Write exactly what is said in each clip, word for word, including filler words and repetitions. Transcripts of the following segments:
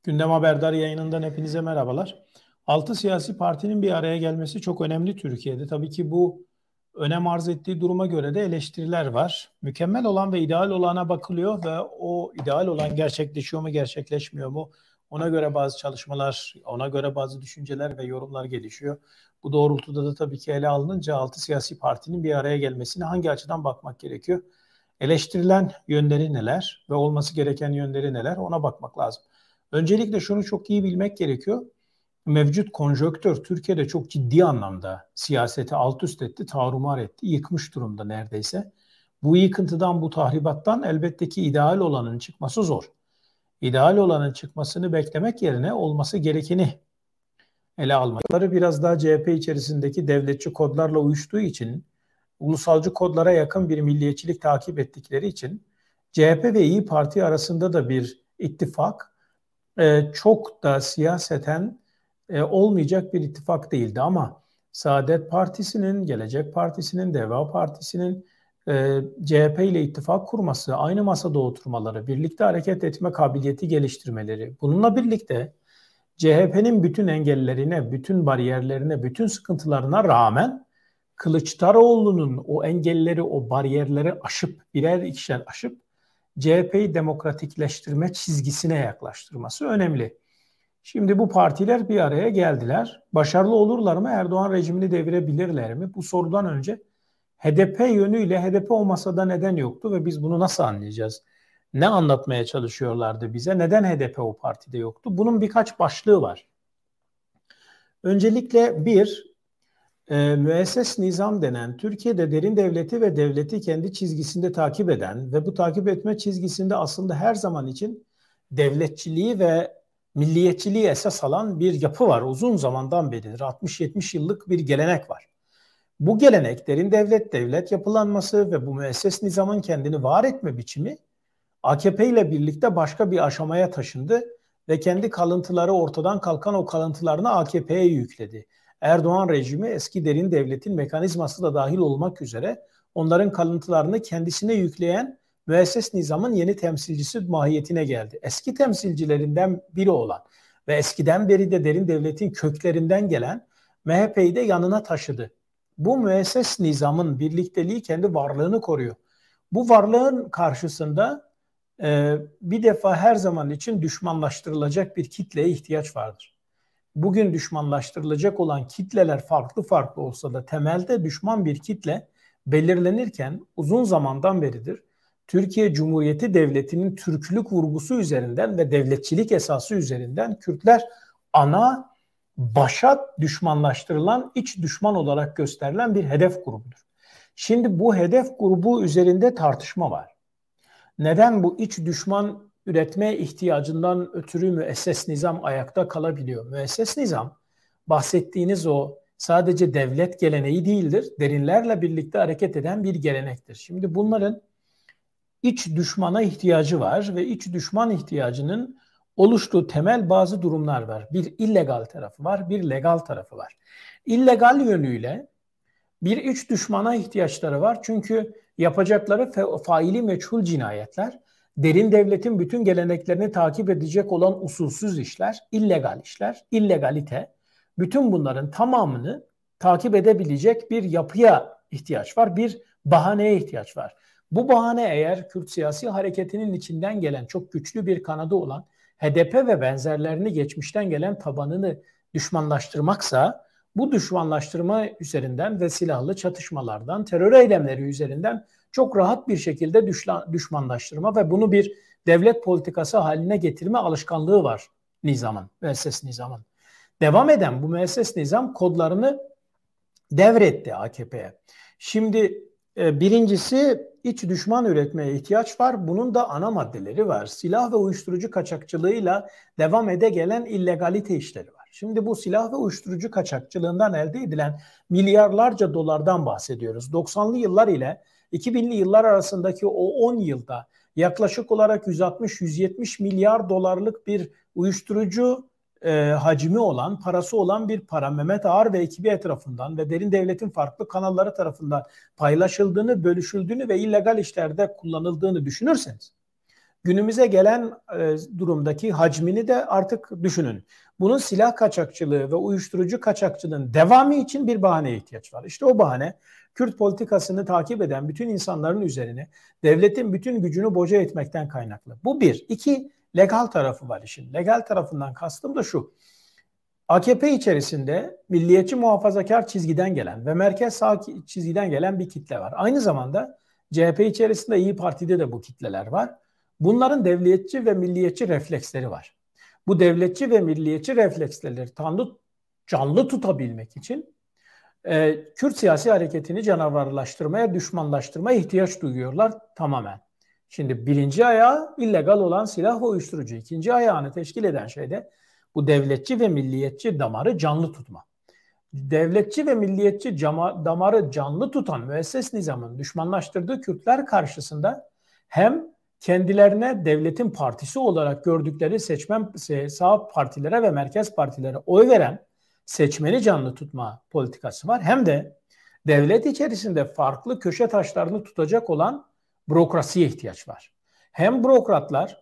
Gündem Haberdar yayınından hepinize merhabalar. Altı siyasi partinin bir araya gelmesi çok önemli Türkiye'de. Tabii ki bu önem arz ettiği duruma göre de eleştiriler var. Mükemmel olan ve ideal olana bakılıyor ve o ideal olan gerçekleşiyor mu, gerçekleşmiyor mu? Ona göre bazı çalışmalar, ona göre bazı düşünceler ve yorumlar gelişiyor. Bu doğrultuda da tabii ki ele alınınca altı siyasi partinin bir araya gelmesine hangi açıdan bakmak gerekiyor? Eleştirilen yönleri neler ve olması gereken yönleri neler? Ona bakmak lazım. Öncelikle şunu çok iyi bilmek gerekiyor. Mevcut konjonktür Türkiye'de çok ciddi anlamda siyaseti alt üst etti, tarumar etti, yıkmış durumda neredeyse. Bu yıkıntıdan, bu tahribattan elbette ki ideal olanın çıkması zor. İdeal olanın çıkmasını beklemek yerine olması gerekeni ele almakları biraz daha C H P içerisindeki devletçi kodlarla uyuştuğu için, ulusalcı kodlara yakın bir milliyetçilik takip ettikleri için C H P ve İYİ Parti arasında da bir ittifak e, çok da siyaseten e, olmayacak bir ittifak değildi ama Saadet Partisi'nin, Gelecek Partisi'nin, Deva Partisi'nin e, C H P ile ittifak kurması, aynı masada oturmaları, birlikte hareket etme kabiliyeti geliştirmeleri, bununla birlikte C H P'nin bütün engellerine, bütün bariyerlerine, bütün sıkıntılarına rağmen Kılıçdaroğlu'nun o engelleri, o bariyerleri aşıp, birer ikişer aşıp C H P'yi demokratikleştirme çizgisine yaklaştırması önemli. Şimdi bu partiler bir araya geldiler. Başarılı olurlar mı? Erdoğan rejimini devirebilirler mi? Bu sorudan önce H D P yönüyle H D P o masada neden yoktu ve biz bunu nasıl anlayacağız? Ne anlatmaya çalışıyorlardı bize? Neden H D P o partide yoktu? Bunun birkaç başlığı var. Öncelikle bir, e, müesses nizam denen Türkiye'de derin devleti ve devleti kendi çizgisinde takip eden ve bu takip etme çizgisinde aslında her zaman için devletçiliği ve milliyetçiliği esas alan bir yapı var. Uzun zamandan beridir. altmış yetmiş yıllık bir gelenek var. Bu gelenek derin devlet, devlet yapılanması ve bu müesses nizamın kendini var etme biçimi A K P ile birlikte başka bir aşamaya taşındı ve kendi kalıntıları ortadan kalkan o kalıntılarını A K P'ye yükledi. Erdoğan rejimi eski derin devletin mekanizması da dahil olmak üzere onların kalıntılarını kendisine yükleyen müesses nizamın yeni temsilcisi mahiyetine geldi. Eski temsilcilerinden biri olan ve eskiden beri de derin devletin köklerinden gelen M H P'yi de yanına taşıdı. Bu müesses nizamın birlikteliği kendi varlığını koruyor. Bu varlığın karşısında e, bir defa her zaman için düşmanlaştırılacak bir kitleye ihtiyaç vardır. Bugün düşmanlaştırılacak olan kitleler farklı farklı olsa da temelde düşman bir kitle belirlenirken uzun zamandan beridir Türkiye Cumhuriyeti Devleti'nin Türklük vurgusu üzerinden ve devletçilik esası üzerinden Kürtler ana başat düşmanlaştırılan, iç düşman olarak gösterilen bir hedef grubudur. Şimdi bu hedef grubu üzerinde tartışma var. Neden bu iç düşman üretme ihtiyacından ötürü müesses nizam ayakta kalabiliyor? Müesses nizam bahsettiğiniz o sadece devlet geleneği değildir. Derinlerle birlikte hareket eden bir gelenektir. Şimdi bunların iç düşmana ihtiyacı var ve iç düşman ihtiyacının oluştuğu temel bazı durumlar var. Bir illegal tarafı var, bir legal tarafı var. İllegal yönüyle bir iç düşmana ihtiyaçları var. Çünkü yapacakları fa- faili meçhul cinayetler, derin devletin bütün geleneklerini takip edecek olan usulsüz işler, illegal işler, illegalite. Bütün bunların tamamını takip edebilecek bir yapıya ihtiyaç var. Bir bahaneye ihtiyaç var. Bu bahane eğer Kürt siyasi hareketinin içinden gelen çok güçlü bir kanadı olan H D P ve benzerlerini geçmişten gelen tabanını düşmanlaştırmaksa, bu düşmanlaştırma üzerinden ve silahlı çatışmalardan, terör eylemleri üzerinden çok rahat bir şekilde düşmanlaştırma ve bunu bir devlet politikası haline getirme alışkanlığı var nizamın, müesses nizamın. Devam eden bu müesses nizam kodlarını devretti A K P'ye. Şimdi e, birincisi iç düşman üretmeye ihtiyaç var. Bunun da ana maddeleri var. Silah ve uyuşturucu kaçakçılığıyla devam ede gelen illegalite işleri var. Şimdi bu silah ve uyuşturucu kaçakçılığından elde edilen milyarlarca dolardan bahsediyoruz. doksanlı yıllar ile iki binli yıllar arasındaki o on yılda yaklaşık olarak yüz altmış yüz yetmiş milyar dolarlık bir uyuşturucu e, hacmi olan, parası olan bir para Mehmet Ağar ve ekibi etrafından ve derin devletin farklı kanalları tarafından paylaşıldığını, bölüşüldüğünü ve illegal işlerde kullanıldığını düşünürseniz Günümüze gelen e, durumdaki hacmini de artık düşünün. Bunun silah kaçakçılığı ve uyuşturucu kaçakçılığının devamı için bir bahaneye ihtiyaç var. İşte o bahane Kürt politikasını takip eden bütün insanların üzerine devletin bütün gücünü boca etmekten kaynaklı. Bu bir. İki, legal tarafı var işin. Legal tarafından kastım da şu. A K P içerisinde milliyetçi muhafazakar çizgiden gelen ve merkez sağ çizgiden gelen bir kitle var. Aynı zamanda C H P içerisinde İyi Parti'de de bu kitleler var. Bunların devletçi ve milliyetçi refleksleri var. Bu devletçi ve milliyetçi refleksleri tanrı canlı tutabilmek için e, Kürt siyasi hareketini canavarlaştırmaya, düşmanlaştırmaya ihtiyaç duyuyorlar tamamen. Şimdi birinci ayağı illegal olan silah ve uyuşturucu. İkinci ayağını teşkil eden şey de bu devletçi ve milliyetçi damarı canlı tutma. Devletçi ve milliyetçi cama, damarı canlı tutan müesses nizamın düşmanlaştırdığı Kürtler karşısında hem kendilerine devletin partisi olarak gördükleri seçmen sağ partilere ve merkez partilere oy veren seçmeni canlı tutma politikası var. Hem de devlet içerisinde farklı köşe taşlarını tutacak olan bürokrasiye ihtiyaç var. Hem bürokratlar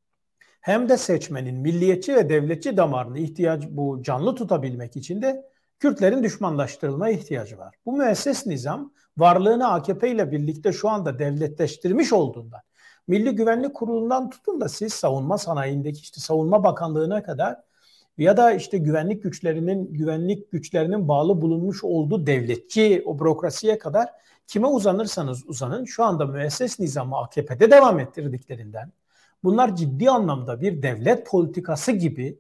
hem de seçmenin milliyetçi ve devletçi damarını ihtiyacı bu canlı tutabilmek için de Kürtlerin düşmanlaştırılmaya ihtiyacı var. Bu müesses nizam varlığını A K P ile birlikte şu anda devletleştirmiş olduğundan, Milli Güvenlik Kurulu'ndan tutun da siz savunma sanayindeki işte Savunma Bakanlığı'na kadar ya da işte güvenlik güçlerinin güvenlik güçlerinin bağlı bulunmuş olduğu devletçi o bürokrasiye kadar kime uzanırsanız uzanın şu anda müesses nizamı A K P'de devam ettirdiklerinden bunlar ciddi anlamda bir devlet politikası gibi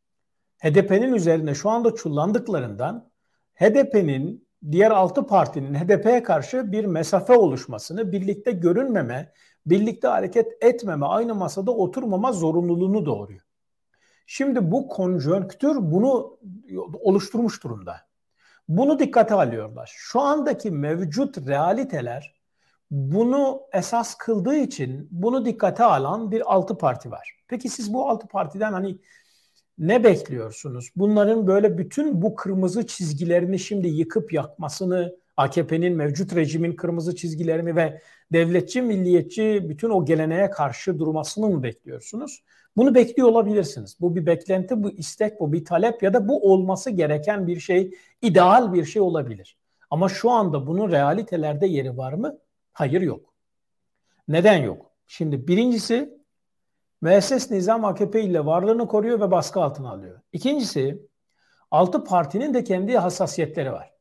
H D P'nin üzerine şu anda çullandıklarından H D P'nin diğer altı partinin H D P'ye karşı bir mesafe oluşmasını, birlikte görünmeme, birlikte hareket etmeme, aynı masada oturmama zorunluluğunu doğuruyor. Şimdi bu konjonktür bunu oluşturmuş durumda. Bunu dikkate alıyorlar. Şu andaki mevcut realiteler bunu esas kıldığı için bunu dikkate alan bir altı parti var. Peki siz bu altı partiden hani ne bekliyorsunuz? Bunların böyle bütün bu kırmızı çizgilerini şimdi yıkıp yakmasını, A K P'nin mevcut rejimin kırmızı çizgilerini ve devletçi, milliyetçi bütün o geleneğe karşı durmasını mı bekliyorsunuz? Bunu bekliyor olabilirsiniz. Bu bir beklenti, bu istek, bu bir talep ya da bu olması gereken bir şey, ideal bir şey olabilir. Ama şu anda bunun realitelerde yeri var mı? Hayır, yok. Neden yok? Şimdi birincisi müesses nizam A K P ile varlığını koruyor ve baskı altına alıyor. İkincisi altı partinin de kendi hassasiyetleri var.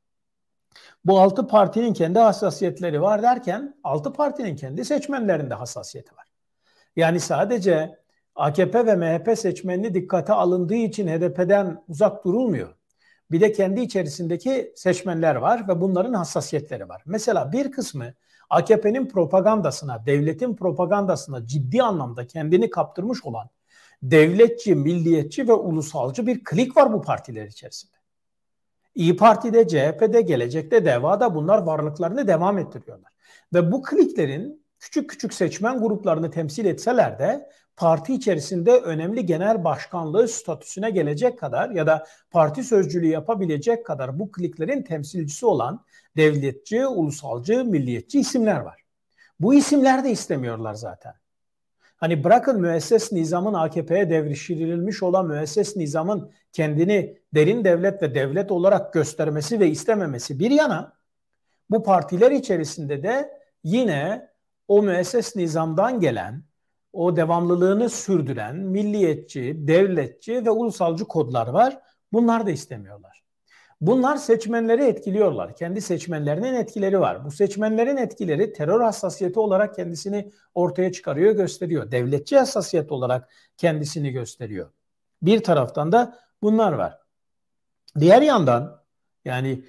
Bu altı partinin kendi hassasiyetleri var derken altı partinin kendi seçmenlerinde hassasiyeti var. Yani sadece A K P ve M H P seçmenini dikkate alındığı için H D P'den uzak durulmuyor. Bir de kendi içerisindeki seçmenler var ve bunların hassasiyetleri var. Mesela bir kısmı A K P'nin propagandasına, devletin propagandasına ciddi anlamda kendini kaptırmış olan devletçi, milliyetçi ve ulusalcı bir klik var bu partiler içerisinde. İyi Parti'de, C H P'de, Gelecek'te, DEVA'da bunlar varlıklarını devam ettiriyorlar. Ve bu kliklerin küçük küçük seçmen gruplarını temsil etseler de parti içerisinde önemli genel başkanlığı statüsüne gelecek kadar ya da parti sözcülüğü yapabilecek kadar bu kliklerin temsilcisi olan devletçi, ulusalcı, milliyetçi isimler var. Bu isimler de istemiyorlar zaten. Hani bırakın müesses nizamın A K P'ye devşirilmiş olan müesses nizamın kendini derin devlet ve devlet olarak göstermesi ve istememesi bir yana, bu partiler içerisinde de yine o müesses nizamdan gelen, o devamlılığını sürdüren milliyetçi, devletçi ve ulusalcı kodlar var. Bunlar da istemiyorlar. Bunlar seçmenleri etkiliyorlar. Kendi seçmenlerinin etkileri var. Bu seçmenlerin etkileri terör hassasiyeti olarak kendisini ortaya çıkarıyor, gösteriyor. Devletçi hassasiyet olarak kendisini gösteriyor. Bir taraftan da bunlar var. Diğer yandan yani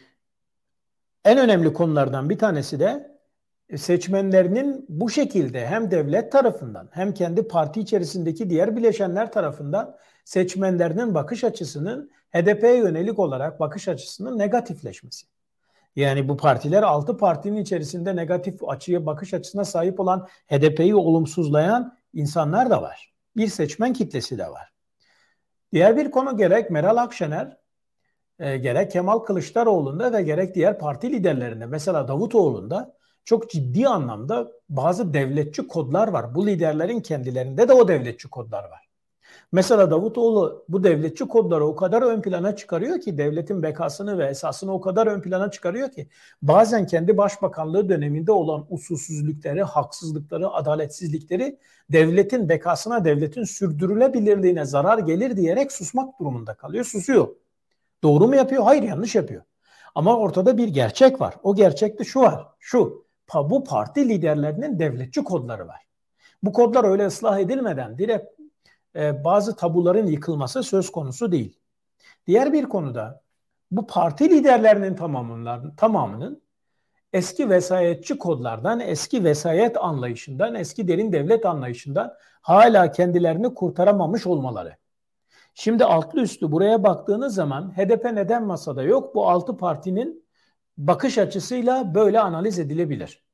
en önemli konulardan bir tanesi de seçmenlerinin bu şekilde hem devlet tarafından hem kendi parti içerisindeki diğer bileşenler tarafından seçmenlerinin bakış açısının H D P'ye yönelik olarak bakış açısının negatifleşmesi. Yani bu partiler altı partinin içerisinde negatif açıya bakış açısına sahip olan H D P'yi olumsuzlayan insanlar da var. Bir seçmen kitlesi de var. Diğer bir konu gerek Meral Akşener, e, gerek Kemal Kılıçdaroğlu'nda ve gerek diğer parti liderlerinde mesela Davutoğlu'nda çok ciddi anlamda bazı devletçi kodlar var. Bu liderlerin kendilerinde de o devletçi kodlar var. Mesela Davutoğlu bu devletçi kodları o kadar ön plana çıkarıyor ki, devletin bekasını ve esasını o kadar ön plana çıkarıyor ki, bazen kendi başbakanlığı döneminde olan usulsüzlükleri, haksızlıkları, adaletsizlikleri devletin bekasına, devletin sürdürülebilirliğine zarar gelir diyerek susmak durumunda kalıyor, susuyor. Doğru mu yapıyor? Hayır, yanlış yapıyor. Ama ortada bir gerçek var. O gerçekte şu var, şu, bu parti liderlerinin devletçi kodları var. Bu kodlar öyle ıslah edilmeden direkt e, bazı tabuların yıkılması söz konusu değil. Diğer bir konuda bu parti liderlerinin tamamının, tamamının eski vesayetçi kodlardan, eski vesayet anlayışından, eski derin devlet anlayışından hala kendilerini kurtaramamış olmaları. Şimdi altlı üstlü buraya baktığınız zaman H D P neden masada yok? Bu altı partinin bakış açısıyla böyle analiz edilebilir.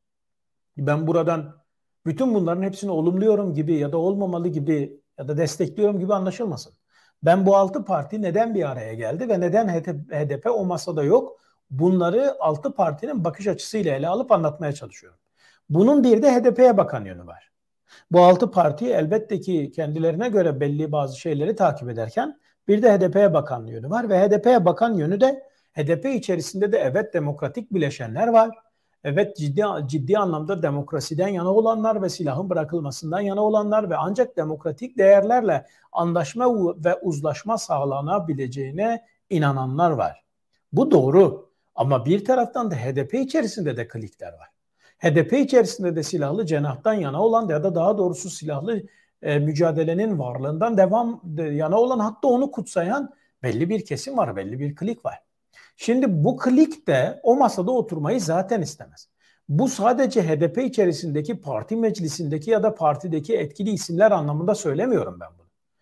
Ben buradan bütün bunların hepsini olumluyorum gibi ya da olmamalı gibi ya da destekliyorum gibi anlaşılmasın. Ben bu altı parti neden bir araya geldi ve neden H D P o masada yok? Bunları altı partinin bakış açısıyla ele alıp anlatmaya çalışıyorum. Bunun bir de H D P'ye bakan yönü var. Bu altı parti elbette ki kendilerine göre belli bazı şeyleri takip ederken bir de H D P'ye bakan yönü var ve H D P'ye bakan yönü de H D P içerisinde de evet demokratik bileşenler var. Evet ciddi ciddi anlamda demokrasiden yana olanlar ve silahın bırakılmasından yana olanlar ve ancak demokratik değerlerle anlaşma ve uzlaşma sağlanabileceğine inananlar var. Bu doğru ama bir taraftan da H D P içerisinde de klikler var. H D P içerisinde de silahlı cenahtan yana olan ya da daha doğrusu silahlı e, mücadelenin varlığından devam de, yana olan, hatta onu kutsayan belli bir kesim var, belli bir klik var. Şimdi bu klik de o masada oturmayı zaten istemez. Bu sadece H D P içerisindeki parti meclisindeki ya da partideki etkili isimler anlamında söylemiyorum ben bunu.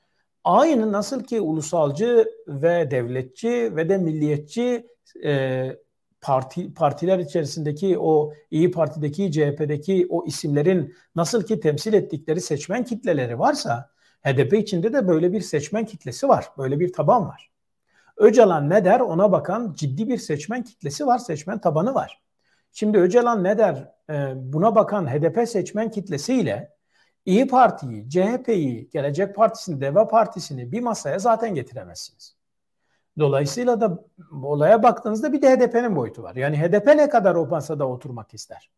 Aynı nasıl ki ulusalcı ve devletçi ve de milliyetçi e, parti partiler içerisindeki o İyi Parti'deki, C H P'deki o isimlerin nasıl ki temsil ettikleri seçmen kitleleri varsa, H D P içinde de böyle bir seçmen kitlesi var, böyle bir taban var. Öcalan ne der? Ona bakan ciddi bir seçmen kitlesi var, seçmen tabanı var. Şimdi Öcalan ne der? Ee, buna bakan H D P seçmen kitlesiyle İyi Parti'yi, C H P'yi, Gelecek Partisi'ni, Deva Partisi'ni bir masaya zaten getiremezsiniz. Dolayısıyla da olaya baktığınızda bir de H D P'nin boyutu var. Yani H D P ne kadar o masada oturmak ister?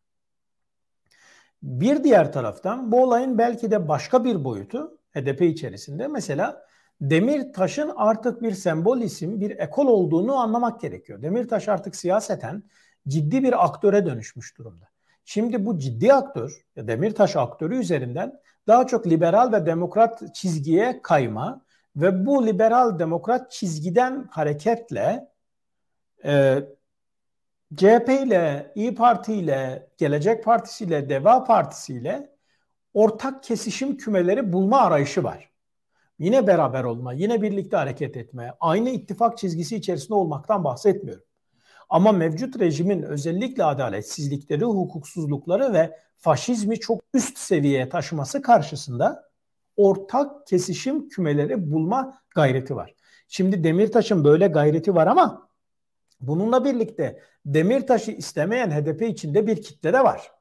Bir diğer taraftan bu olayın belki de başka bir boyutu H D P içerisinde, mesela Demirtaş'ın artık bir sembol isim, bir ekol olduğunu anlamak gerekiyor. Demirtaş artık siyaseten ciddi bir aktöre dönüşmüş durumda. Şimdi bu ciddi aktör, Demirtaş aktörü üzerinden daha çok liberal ve demokrat çizgiye kayma ve bu liberal demokrat çizgiden hareketle e, C H P ile, İyi Parti ile, Gelecek Partisi ile, Deva Partisi ile ortak kesişim kümeleri bulma arayışı var. Yine beraber olma, yine birlikte hareket etme, aynı ittifak çizgisi içerisinde olmaktan bahsetmiyorum. Ama mevcut rejimin özellikle adaletsizlikleri, hukuksuzlukları ve faşizmi çok üst seviyeye taşıması karşısında ortak kesişim kümeleri bulma gayreti var. Şimdi Demirtaş'ın böyle gayreti var ama bununla birlikte Demirtaş'ı istemeyen H D P içinde bir kitle de var.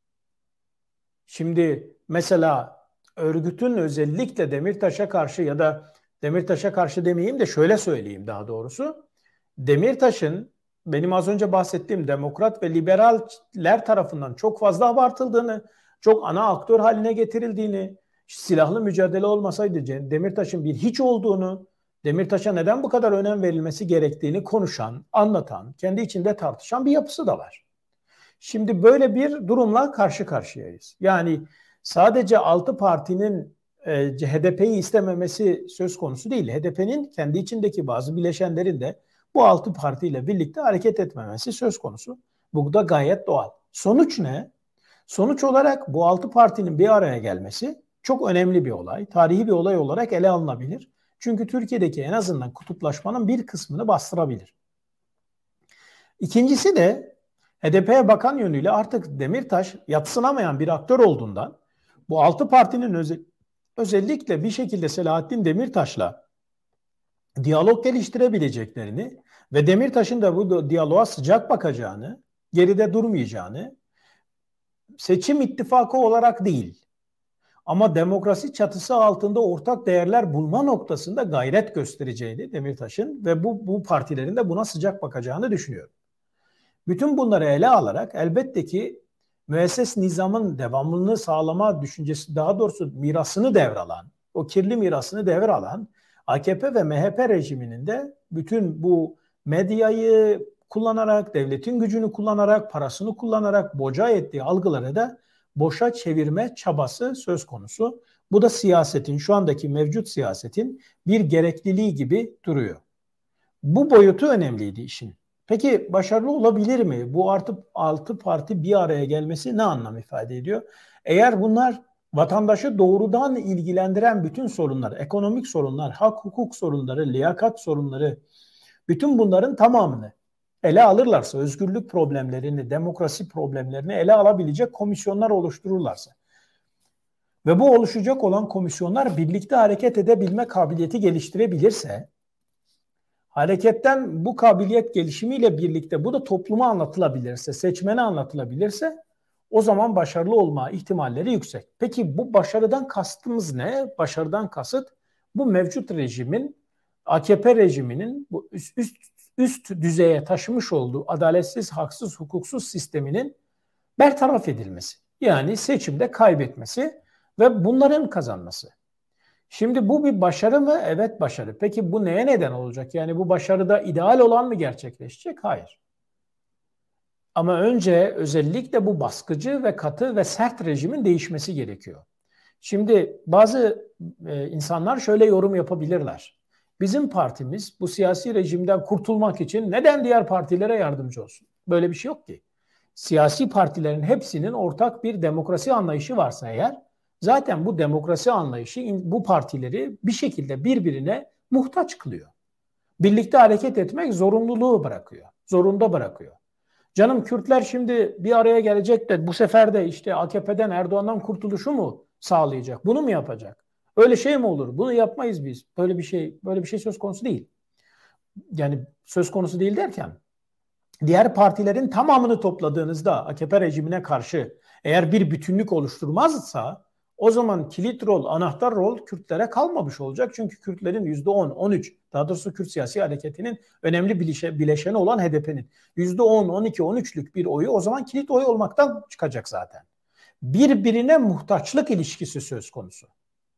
Şimdi mesela örgütün özellikle Demirtaş'a karşı ya da Demirtaş'a karşı demeyeyim de şöyle söyleyeyim daha doğrusu. Demirtaş'ın benim az önce bahsettiğim demokrat ve liberaller tarafından çok fazla abartıldığını, çok ana aktör haline getirildiğini, silahlı mücadele olmasaydı Demirtaş'ın bir hiç olduğunu, Demirtaş'a neden bu kadar önem verilmesi gerektiğini konuşan, anlatan, kendi içinde tartışan bir yapısı da var. Şimdi böyle bir durumla karşı karşıyayız. Yani sadece altı partinin e, H D P'yi istememesi söz konusu değil. H D P'nin kendi içindeki bazı bileşenlerin de bu altı partiyle birlikte hareket etmemesi söz konusu. Bu da gayet doğal. Sonuç ne? Sonuç olarak bu altı partinin bir araya gelmesi çok önemli bir olay. Tarihi bir olay olarak ele alınabilir. Çünkü Türkiye'deki en azından kutuplaşmanın bir kısmını bastırabilir. İkincisi de H D P'ye bakan yönüyle artık Demirtaş yadsınamayan bir aktör olduğundan bu altı partinin özel, özellikle bir şekilde Selahattin Demirtaş'la diyalog geliştirebileceklerini ve Demirtaş'ın da bu diyaloğa sıcak bakacağını, geride durmayacağını, seçim ittifakı olarak değil. Ama demokrasi çatısı altında ortak değerler bulma noktasında gayret göstereceğini Demirtaş'ın ve bu, bu partilerin de buna sıcak bakacağını düşünüyorum. Bütün bunları ele alarak elbette ki müesses nizamın devamlılığını sağlama düşüncesi, daha doğrusu mirasını devralan, o kirli mirasını devralan A K P ve M H P rejiminin de bütün bu medyayı kullanarak, devletin gücünü kullanarak, parasını kullanarak boca ettiği algıları da boşa çevirme çabası söz konusu. Bu da siyasetin, şu andaki mevcut siyasetin bir gerekliliği gibi duruyor. Bu boyutu önemliydi işin. Peki başarılı olabilir mi? Bu artık altı parti bir araya gelmesi ne anlam ifade ediyor? Eğer bunlar vatandaşı doğrudan ilgilendiren bütün sorunlar, ekonomik sorunlar, hak hukuk sorunları, liyakat sorunları, bütün bunların tamamını ele alırlarsa, özgürlük problemlerini, demokrasi problemlerini ele alabilecek komisyonlar oluştururlarsa ve bu oluşacak olan komisyonlar birlikte hareket edebilme kabiliyeti geliştirebilirse, hareketten bu kabiliyet gelişimiyle birlikte bu da topluma anlatılabilirse, seçmene anlatılabilirse o zaman başarılı olma ihtimalleri yüksek. Peki bu başarıdan kastımız ne? Başarıdan kasıt bu mevcut rejimin, A K P rejiminin bu üst, üst, üst düzeye taşımış olduğu adaletsiz, haksız, hukuksuz sisteminin bertaraf edilmesi. Yani seçimde kaybetmesi ve bunların kazanması. Şimdi bu bir başarı mı? Evet, başarı. Peki bu neye neden olacak? Yani bu başarıda ideal olan mı gerçekleşecek? Hayır. Ama önce özellikle bu baskıcı ve katı ve sert rejimin değişmesi gerekiyor. Şimdi bazı e, insanlar şöyle yorum yapabilirler. Bizim partimiz bu siyasi rejimden kurtulmak için neden diğer partilere yardımcı olsun? Böyle bir şey yok ki. Siyasi partilerin hepsinin ortak bir demokrasi anlayışı varsa eğer, zaten bu demokrasi anlayışı bu partileri bir şekilde birbirine muhtaç kılıyor. Birlikte hareket etmek zorunluluğu bırakıyor, zorunda bırakıyor. Canım Kürtler şimdi bir araya gelecek de bu sefer de işte A K P'den, Erdoğan'dan kurtuluşu mu sağlayacak? Bunu mu yapacak? Öyle şey mi olur? Bunu yapmayız biz. Böyle bir şey, böyle bir şey söz konusu değil. Yani söz konusu değil derken, diğer partilerin tamamını topladığınızda A K P rejimine karşı eğer bir bütünlük oluşturmazsa o zaman kilit rol, anahtar rol Kürtlere kalmamış olacak. Çünkü Kürtlerin yüzde on, on üç, daha doğrusu Kürt siyasi hareketinin önemli bileşeni olan H D P'nin yüzde on, on iki, on üçlük bir oyu o zaman kilit oy olmaktan çıkacak zaten. Birbirine muhtaçlık ilişkisi söz konusu.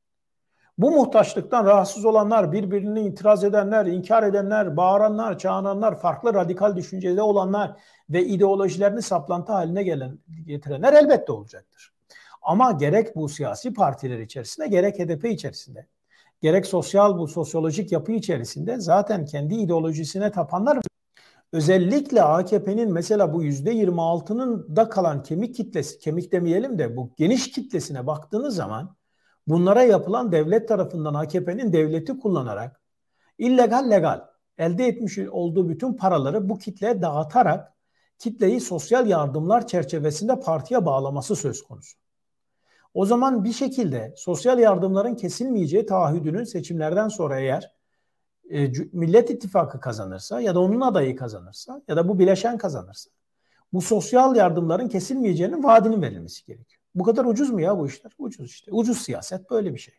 Bu muhtaçlıktan rahatsız olanlar, birbirine itiraz edenler, inkar edenler, bağıranlar, çağıranlar, farklı radikal düşüncede olanlar ve ideolojilerini saplantı haline gelen, getirenler elbette olacaktır. Ama gerek bu siyasi partiler içerisinde, gerek H D P içerisinde, gerek sosyal bu sosyolojik yapı içerisinde zaten kendi ideolojisine tapanlar, özellikle A K P'nin mesela bu yüzde yirmi altının da kalan kemik kitlesi, kemik demeyelim de bu geniş kitlesine baktığınız zaman bunlara yapılan devlet tarafından A K P'nin devleti kullanarak illegal legal elde etmiş olduğu bütün paraları bu kitleye dağıtarak kitleyi sosyal yardımlar çerçevesinde partiye bağlaması söz konusu. O zaman bir şekilde sosyal yardımların kesilmeyeceği taahhüdünün seçimlerden sonra eğer e, Millet İttifakı kazanırsa ya da onun adayı kazanırsa ya da bu bileşen kazanırsa bu sosyal yardımların kesilmeyeceğinin vaadinin verilmesi gerekiyor. Bu kadar ucuz mu ya bu işler? Ucuz işte. Ucuz siyaset böyle bir şey.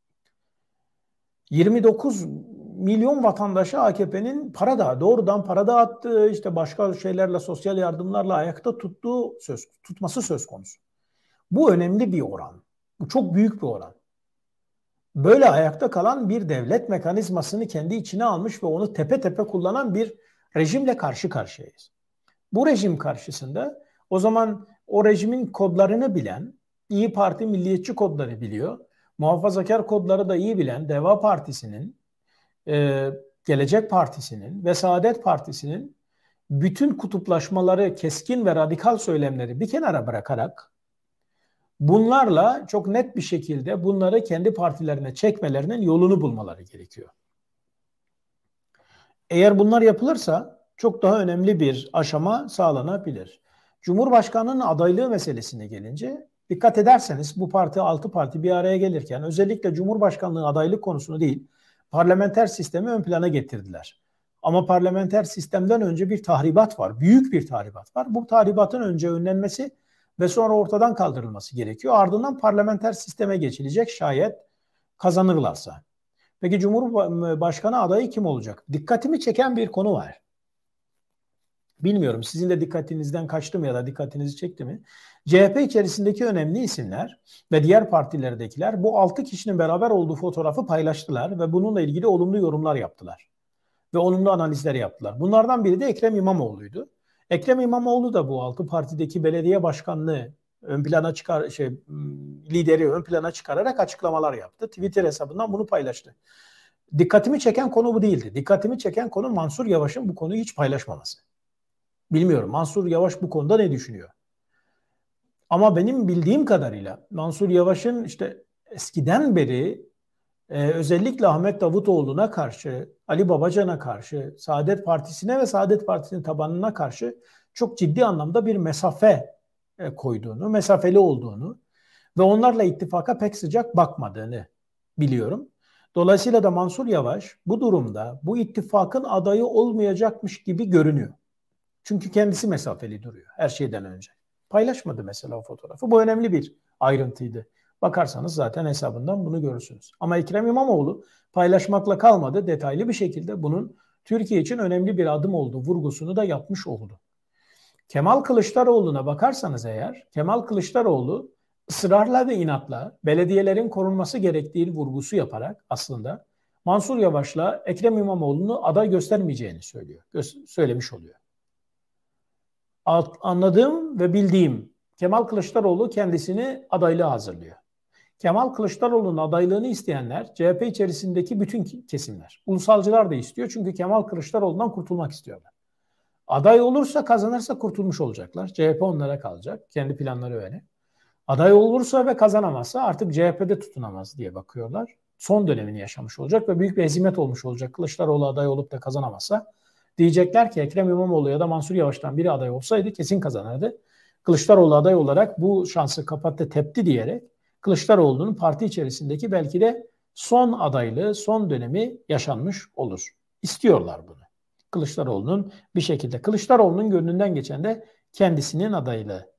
yirmi dokuz milyon vatandaşa A K P'nin para da doğrudan para dağıttığı, işte başka şeylerle, sosyal yardımlarla ayakta tuttuğu söz tutması söz konusu. Bu önemli bir oran. Bu çok büyük bir oran. Böyle ayakta kalan bir devlet mekanizmasını kendi içine almış ve onu tepe tepe kullanan bir rejimle karşı karşıyayız. Bu rejim karşısında o zaman o rejimin kodlarını bilen, İyi Parti milliyetçi kodları biliyor, muhafazakar kodları da iyi bilen Deva Partisi'nin, e, Gelecek Partisi'nin ve Saadet Partisi'nin bütün kutuplaşmaları, keskin ve radikal söylemleri bir kenara bırakarak bunlarla çok net bir şekilde bunları kendi partilerine çekmelerinin yolunu bulmaları gerekiyor. Eğer bunlar yapılırsa çok daha önemli bir aşama sağlanabilir. Cumhurbaşkanının adaylığı meselesine gelince dikkat ederseniz bu parti altı parti bir araya gelirken özellikle Cumhurbaşkanlığı adaylık konusunu değil parlamenter sistemi ön plana getirdiler. Ama parlamenter sistemden önce bir tahribat var. Büyük bir tahribat var. Bu tahribatın önce önlenmesi ve sonra ortadan kaldırılması gerekiyor. Ardından parlamenter sisteme geçilecek şayet kazanırlarsa. Peki Cumhurbaşkanı adayı kim olacak? Dikkatimi çeken bir konu var. Bilmiyorum sizin de dikkatinizden kaçtı mı ya da dikkatinizi çekti mi? C H P içerisindeki önemli isimler ve diğer partilerdekiler bu altı kişinin beraber olduğu fotoğrafı paylaştılar ve bununla ilgili olumlu yorumlar yaptılar. Ve olumlu analizler yaptılar. Bunlardan biri de Ekrem İmamoğlu'ydu. Ekrem İmamoğlu da bu altı partideki belediye başkanlığı ön plana çıkar şey lideri ön plana çıkararak açıklamalar yaptı. Twitter hesabından bunu paylaştı. Dikkatimi çeken konu bu değildi. Dikkatimi çeken konu Mansur Yavaş'ın bu konuyu hiç paylaşmaması. Bilmiyorum Mansur Yavaş bu konuda ne düşünüyor? Ama benim bildiğim kadarıyla Mansur Yavaş'ın işte eskiden beri e, özellikle Ahmet Davutoğlu'na karşı, Ali Babacan'a karşı, Saadet Partisi'ne ve Saadet Partisi'nin tabanına karşı çok ciddi anlamda bir mesafe e, koyduğunu, mesafeli olduğunu ve onlarla ittifaka pek sıcak bakmadığını biliyorum. Dolayısıyla da Mansur Yavaş bu durumda bu ittifakın adayı olmayacakmış gibi görünüyor. Çünkü kendisi mesafeli duruyor her şeyden önce. Paylaşmadı mesela o fotoğrafı. Bu önemli bir ayrıntıydı. Bakarsanız zaten hesabından bunu görürsünüz. Ama Ekrem İmamoğlu paylaşmakla kalmadı. Detaylı bir şekilde bunun Türkiye için önemli bir adım olduğu vurgusunu da yapmış oldu. Kemal Kılıçdaroğlu'na bakarsanız eğer, Kemal Kılıçdaroğlu ısrarla ve inatla belediyelerin korunması gerektiği vurgusu yaparak aslında Mansur Yavaş'la Ekrem İmamoğlu'nu aday göstermeyeceğini söylüyor, gö- söylemiş oluyor. Anladığım ve bildiğim Kemal Kılıçdaroğlu kendisini adaylığa hazırlıyor. Kemal Kılıçdaroğlu'nun adaylığını isteyenler C H P içerisindeki bütün kesimler. Ulusalcılar da istiyor çünkü Kemal Kılıçdaroğlu'ndan kurtulmak istiyorlar. Aday olursa kazanırsa kurtulmuş olacaklar. C H P onlara kalacak. Kendi planları öyle. Aday olursa ve kazanamazsa artık C H P'de tutunamaz diye bakıyorlar. Son dönemini yaşamış olacak ve büyük bir hezimet olmuş olacak. Kılıçdaroğlu aday olup da kazanamazsa diyecekler ki Ekrem İmamoğlu ya da Mansur Yavaş'tan biri aday olsaydı kesin kazanırdı. Kılıçdaroğlu aday olarak bu şansı kapattı, tepti diyerek Kılıçdaroğlu'nun parti içerisindeki belki de son adaylığı, son dönemi yaşanmış olur. İstiyorlar bunu. Kılıçdaroğlu'nun bir şekilde, Kılıçdaroğlu'nun gönlünden geçen de kendisinin adaylığı.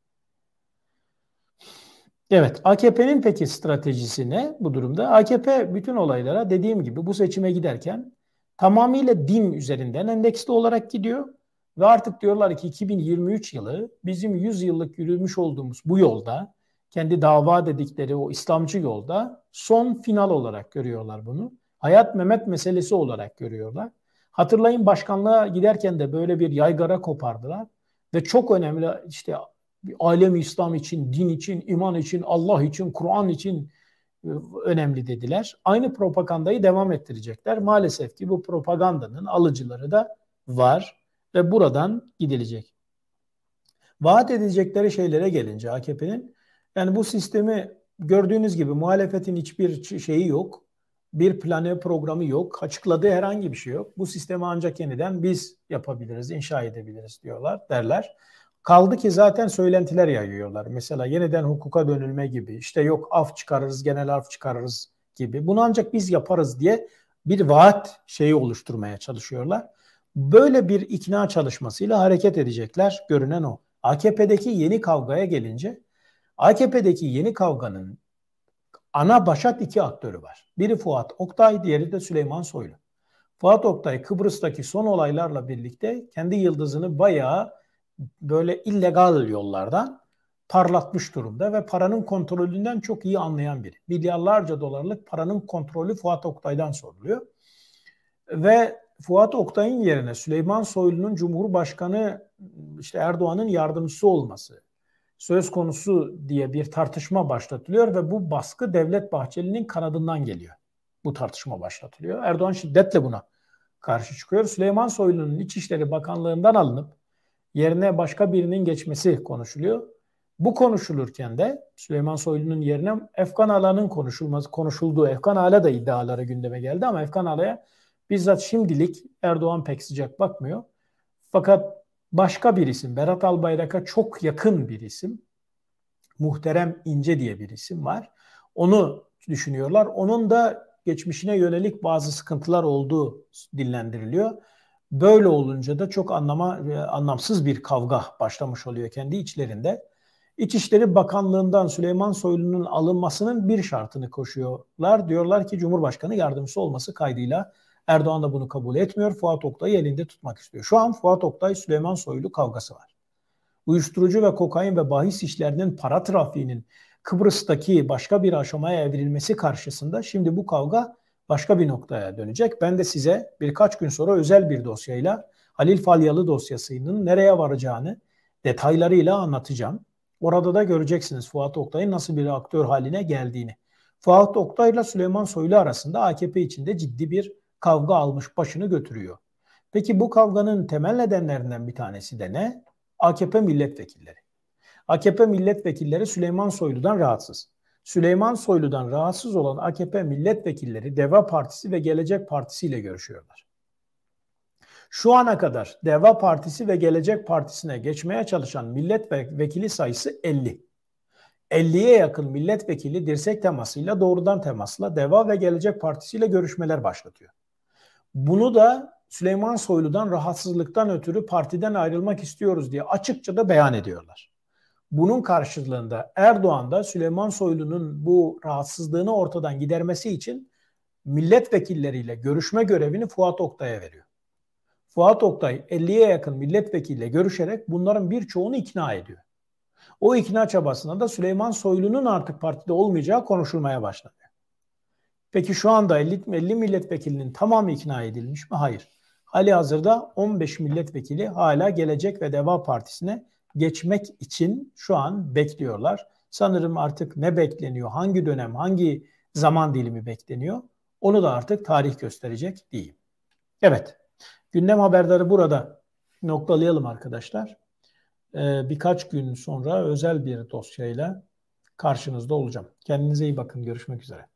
Evet, A K P'nin peki stratejisi ne bu durumda? A K P bütün olaylara dediğim gibi bu seçime giderken tamamıyla din üzerinden endeksli olarak gidiyor. Ve artık diyorlar ki iki bin yirmi üç yılı bizim yüz yıllık yürümüş olduğumuz bu yolda, kendi dava dedikleri o İslamcı yolda son final olarak görüyorlar bunu. Hayat Mehmet meselesi olarak görüyorlar. Hatırlayın başkanlığa giderken de böyle bir yaygara kopardılar. Ve çok önemli işte alem İslam için, din için, iman için, Allah için, Kur'an için önemli dediler. Aynı propagandayı devam ettirecekler. Maalesef ki bu propagandanın alıcıları da var ve buradan gidilecek. Vaat edecekleri şeylere gelince A K P'nin yani bu sistemi gördüğünüz gibi muhalefetin hiçbir şeyi yok. Bir planı, programı yok. Açıkladığı herhangi bir şey yok. Bu sistemi ancak yeniden biz yapabiliriz, inşa edebiliriz diyorlar, derler. Kaldı ki zaten söylentiler yayıyorlar. Mesela yeniden hukuka dönülme gibi, işte yok af çıkarırız, genel af çıkarırız gibi. Bunu ancak biz yaparız diye bir vaat şeyi oluşturmaya çalışıyorlar. Böyle bir ikna çalışmasıyla hareket edecekler. Görünen o. A K P'deki yeni kavgaya gelince, A K P'deki yeni kavganın ana başat iki aktörü var. Biri Fuat Oktay, diğeri de Süleyman Soylu. Fuat Oktay Kıbrıs'taki son olaylarla birlikte kendi yıldızını bayağı böyle illegal yollardan parlatmış durumda ve paranın kontrolünden çok iyi anlayan biri. Milyarlarca dolarlık paranın kontrolü Fuat Oktay'dan soruluyor. Ve Fuat Oktay'ın yerine Süleyman Soylu'nun Cumhurbaşkanı işte Erdoğan'ın yardımcısı olması söz konusu diye bir tartışma başlatılıyor ve bu baskı Devlet Bahçeli'nin kanadından geliyor. Bu tartışma başlatılıyor. Erdoğan şiddetle buna karşı çıkıyor. Süleyman Soylu'nun İçişleri Bakanlığı'ndan alınıp yerine başka birinin geçmesi konuşuluyor. Bu konuşulurken de Süleyman Soylu'nun yerine Efkan Ala'nın konuşulması konuşulduğu, Efkan Ala da iddiaları gündeme geldi ama Efkan Ala'ya bizzat şimdilik Erdoğan pek sıcak bakmıyor. Fakat başka bir isim, Berat Albayrak'a çok yakın bir isim, Muhterem İnce diye bir isim var. Onu düşünüyorlar. Onun da geçmişine yönelik bazı sıkıntılar olduğu dillendiriliyor. Böyle olunca da çok anlama, anlamsız bir kavga başlamış oluyor kendi içlerinde. İçişleri Bakanlığı'ndan Süleyman Soylu'nun alınmasının bir şartını koşuyorlar. Diyorlar ki Cumhurbaşkanı yardımcısı olması kaydıyla Erdoğan da bunu kabul etmiyor. Fuat Oktay'ı elinde tutmak istiyor. Şu an Fuat Oktay Süleyman Soylu kavgası var. Uyuşturucu ve kokain ve bahis işlerinin, para trafiğinin Kıbrıs'taki başka bir aşamaya evrilmesi karşısında şimdi bu kavga başka bir noktaya dönecek. Ben de size birkaç gün sonra özel bir dosyayla Halil Falyalı dosyasının nereye varacağını detaylarıyla anlatacağım. Orada da göreceksiniz Fuat Oktay'ın nasıl bir aktör haline geldiğini. Fuat Oktay ile Süleyman Soylu arasında A K P içinde ciddi bir kavga almış başını götürüyor. Peki bu kavganın temel nedenlerinden bir tanesi de ne? A K P milletvekilleri. A K P milletvekilleri Süleyman Soylu'dan rahatsız. Süleyman Soylu'dan rahatsız olan A K P milletvekilleri Deva Partisi ve Gelecek Partisi ile görüşüyorlar. Şu ana kadar Deva Partisi ve Gelecek Partisi'ne geçmeye çalışan milletvekili sayısı elli. elliye yakın milletvekili dirsek temasıyla doğrudan temasla Deva ve Gelecek Partisi ile görüşmeler başlatıyor. Bunu da Süleyman Soylu'dan rahatsızlıktan ötürü partiden ayrılmak istiyoruz diye açıkça da beyan ediyorlar. Bunun karşılığında Erdoğan da Süleyman Soylu'nun bu rahatsızlığını ortadan gidermesi için milletvekilleriyle görüşme görevini Fuat Oktay'a veriyor. Fuat Oktay elliye yakın milletvekiliyle görüşerek bunların birçoğunu ikna ediyor. O ikna çabasında da Süleyman Soylu'nun artık partide olmayacağı konuşulmaya başlanıyor. Peki şu anda elli, elli milletvekilinin tamamı ikna edilmiş mi? Hayır. Halihazırda on beş milletvekili hala Gelecek ve Deva Partisi'ne geçmek için şu an bekliyorlar. Sanırım artık ne bekleniyor, hangi dönem, hangi zaman dilimi bekleniyor onu da artık tarih gösterecek diyeyim. Evet, gündem haberleri burada noktalayalım arkadaşlar. Ee, birkaç gün sonra özel bir dosyayla karşınızda olacağım. Kendinize iyi bakın, görüşmek üzere.